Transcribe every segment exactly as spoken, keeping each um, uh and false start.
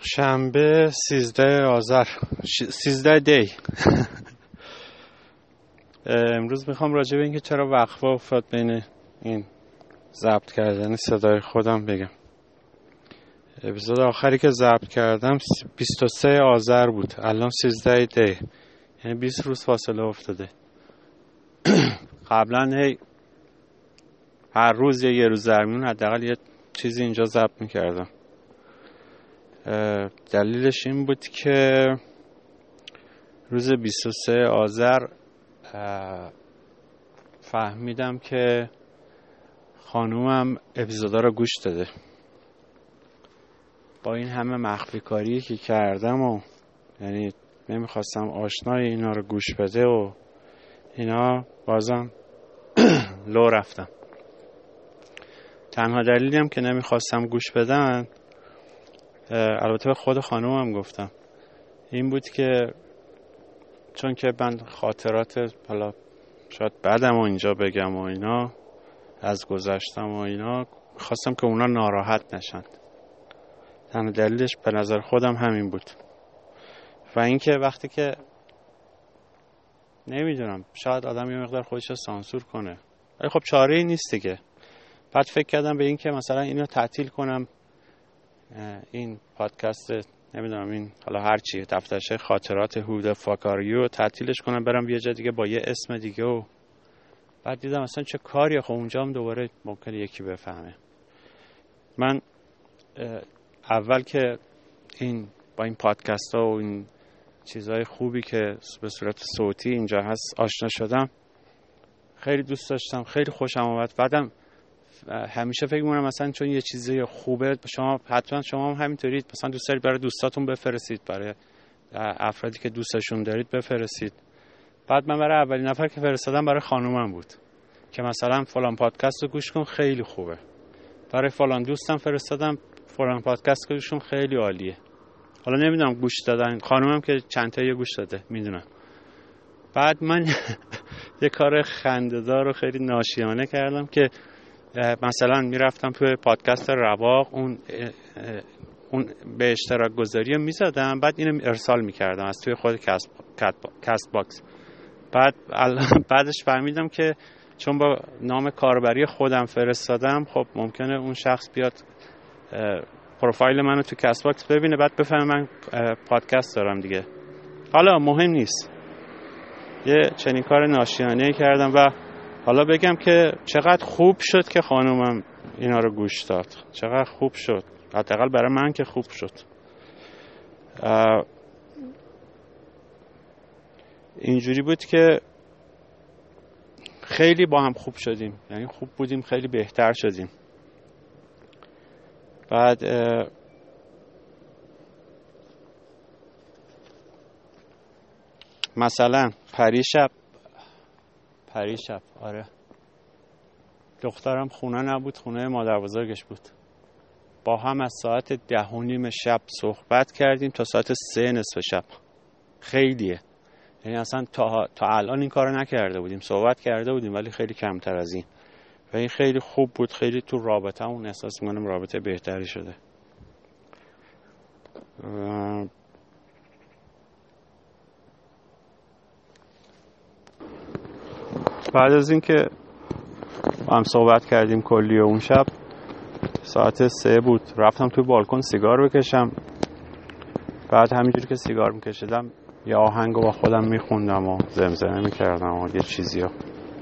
شنبه سیزده آذر ش... سیزده دی امروز میخوام راجع به اینکه چرا وقفه افتاد بین این ضبط کردن صدای خودم بگم. اپیزود آخری که ضبط کردم بیست و سه آذر بود، الان سیزده دی، یعنی بیست روز فاصله افتاده. قبلا هی هر روز یه روز در میون حداقل یه چیزی اینجا ضبط میکردم. دلیلش این بود که روز بیست و سه آذر فهمیدم که خانومم اپیزودا رو گوش داده. با این همه مخفی کاری که کردم و یعنی نمیخواستم آشنای اینا رو گوش بده و اینا، بازم لو رفتم. تنها دلیلی هم که نمیخواستم گوش بدن، البته به خود خانومم گفتم، این بود که چون که من خاطرات حالا شاید بعدم و اینجا بگم و اینا از گذشتم و اینا، خواستم که اونا ناراحت نشن. تنها دلیلش به نظر خودم همین بود. و اینکه وقتی که نمیدونم شاید آدم یه مقدار خودش رو سانسور کنه، ولی خب چاره ای نیست دیگه. بعد فکر کردم به این که مثلا اینو تعطیل کنم، این پادکست نمیدونم این حالا هر چی دفترچه خاطرات هود فاکاریو تعطیلش کنم، برم یه جا دیگه با یه اسم دیگه. و بعد دیدم اصلا چه کاریه، خب اونجا هم دوباره ممکنه یکی بفهمه. من اول که این با این پادکست ها و این چیزهای خوبی که به صورت صوتی اینجا هست آشنا شدم، خیلی دوست داشتم، خیلی خوشم آمد. بعدم همیشه فکر می‌کنم مثلا چون یه چیزی خوبه، شما حتما شما هم همینطورید، مثلا دوست دارید برای دوستاتون بفرستید، برای افرادی که دوستشون دارید بفرستید. بعد من برای اولین نفر که فرستادم برای خانومم بود که مثلا فلان پادکست رو گوش کن خیلی خوبه. برای فلان دوستم فرستادم فلان پادکست رو گوش کن خیلی عالیه. حالا نمیدونم گوش دادن، خانومم که چند تا یه گوش داده میدونم. بعد من یه کار خنده‌دار و خیلی ناشیانه کردم که مثلا میرفتم توی پادکست رواق، اون اون به اشتراک گذاری میزدم، بعد اینو ارسال میکردم از توی خود کست, کست باکس. بعد بعدش فهمیدم که چون با نام کاربری خودم فرستادم، خب ممکنه اون شخص بیاد پروفایل منو تو کست باکس ببینه، بعد بفهمه من پادکست دارم دیگه. حالا مهم نیست، یه چنین کار ناشیانه‌ای کردم. و حالا بگم که چقدر خوب شد که خانومم اینا رو گوش داد، چقدر خوب شد، حداقل برای من که خوب شد. اینجوری بود که خیلی با هم خوب شدیم، یعنی خوب بودیم، خیلی بهتر شدیم. بعد مثلا پریشب پریشب آره دخترم خونه نبود، خونه مادر بزرگش بود. با هم از ساعت ده و نیم شب صحبت کردیم تا ساعت سه نصف شب. خیلیه، یعنی اصلا تا, تا الان این کار نکرده بودیم. صحبت کرده بودیم ولی خیلی کمتر از این. و این خیلی خوب بود، خیلی تو رابطه همون احساس میکنم رابطه بهتری شده. بعد از این که با هم صحبت کردیم کلی و اون شب ساعت سه بود، رفتم توی بالکن سیگار بکشم. بعد همینجوری که سیگار میکشیدم یه آهنگو با خودم میخوندم و زمزمه میکردم و یه چیزی ها.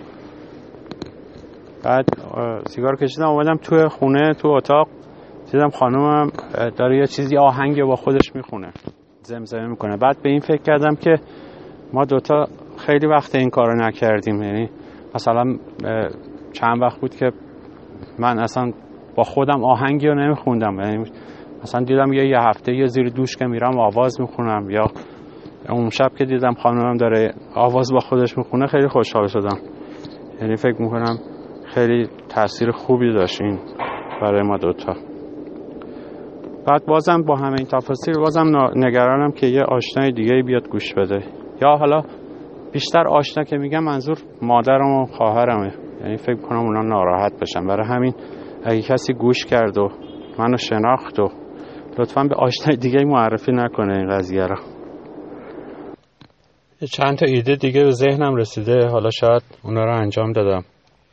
بعد سیگار کشیدم اومدم توی خونه، تو اتاق، دیدم خانومم داره یه چیزی آهنگو با خودش میخونه، زمزمه میکنه. بعد به این فکر کردم که ما دوتا خیلی وقت این کارو نکردیم. یعنی مثلا چند وقت بود که من اصلا با خودم آهنگی رو نمیخوندم. یعنی مثلا دیدم یه, یه هفته یه زیر دوش که میرم آواز میخونم، یا اون شب که دیدم خانومم داره آواز با خودش میخونه خیلی خوشحال شدم. یعنی فکر میکنم خیلی تاثیر خوبی داشت این برای ما دوتا. بعد بازم با همه این تفاصیل بازم نگرانم که یه آشنای دیگه بیاد گوش بده، یا حالا بیشتر آشنا که میگم منظور مادرم و خواهرمه. یعنی فکر کنم اونا ناراحت بشن. برای همین اگه کسی گوش کرد و منو شناخت و لطفاً به آشنای دیگه معرفی نکنه این قضیه رو. چند تا ایده دیگه به ذهنم رسیده، حالا شاید اونا رو انجام دادم.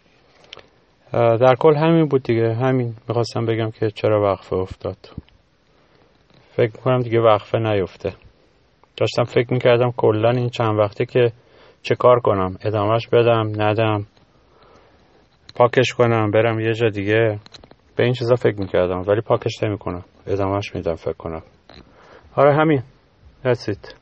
در کل همین بود دیگه، همین میخواستم بگم که چرا وقفه افتاد. فکر میکنم دیگه وقفه نیفته. داشتم فکر میکردم کلا این چند وقته که چه کار کنم، ادامهش بدم ندم، پاکش کنم برم یه جا دیگه، به این چیزا فکر میکردم، ولی پاکش نمیکنم، ادامهش میدم فکر کنم. آره همین. That's it.